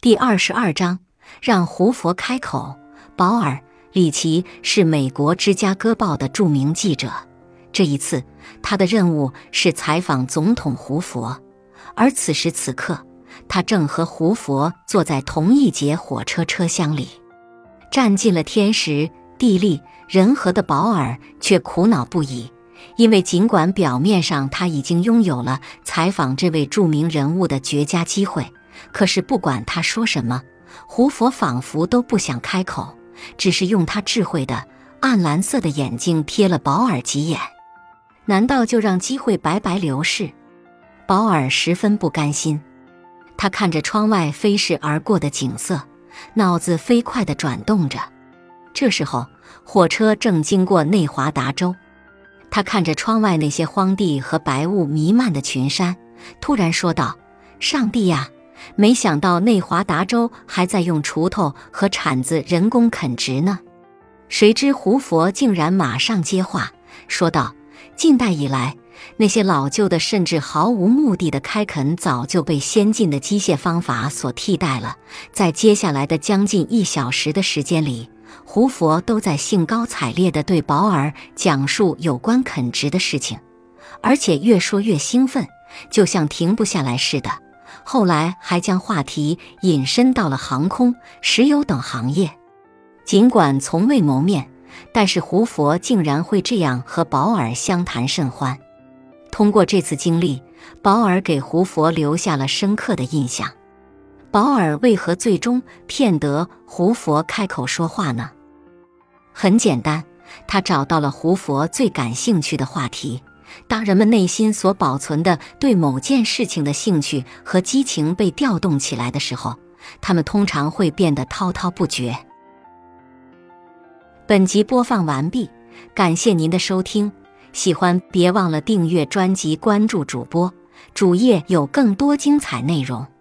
第22章，让胡佛开口。保尔·里奇是美国芝加哥报的著名记者，这一次他的任务是采访总统胡佛，而此时此刻，他正和胡佛坐在同一节火车车厢里。占尽了天时地利人和的保尔却苦恼不已，因为尽管表面上他已经拥有了采访这位著名人物的绝佳机会，可是不管他说什么，胡佛仿佛都不想开口，只是用他智慧的暗蓝色的眼睛瞥了保尔几眼。难道就让机会白白流逝？保尔十分不甘心，他看着窗外飞逝而过的景色，脑子飞快地转动着。这时候，火车正经过内华达州，他看着窗外那些荒地和白雾弥漫的群山，突然说道：上帝呀，没想到内华达州还在用锄头和铲子人工垦植呢。谁知胡佛竟然马上接话，说道：近代以来，那些老旧的甚至毫无目的的开垦早就被先进的机械方法所替代了。在接下来的将近1小时的时间里，胡佛都在兴高采烈地对保尔讲述有关垦殖的事情，而且越说越兴奋，就像停不下来似的。后来还将话题引申到了航空、石油等行业。尽管从未谋面，但是胡佛竟然会这样和保尔相谈甚欢。通过这次经历，保尔给胡佛留下了深刻的印象。保尔为何最终骗得胡佛开口说话呢？很简单，他找到了胡佛最感兴趣的话题。当人们内心所保存的对某件事情的兴趣和激情被调动起来的时候，他们通常会变得滔滔不绝。本集播放完毕，感谢您的收听，喜欢别忘了订阅专辑，关注主播，主页有更多精彩内容。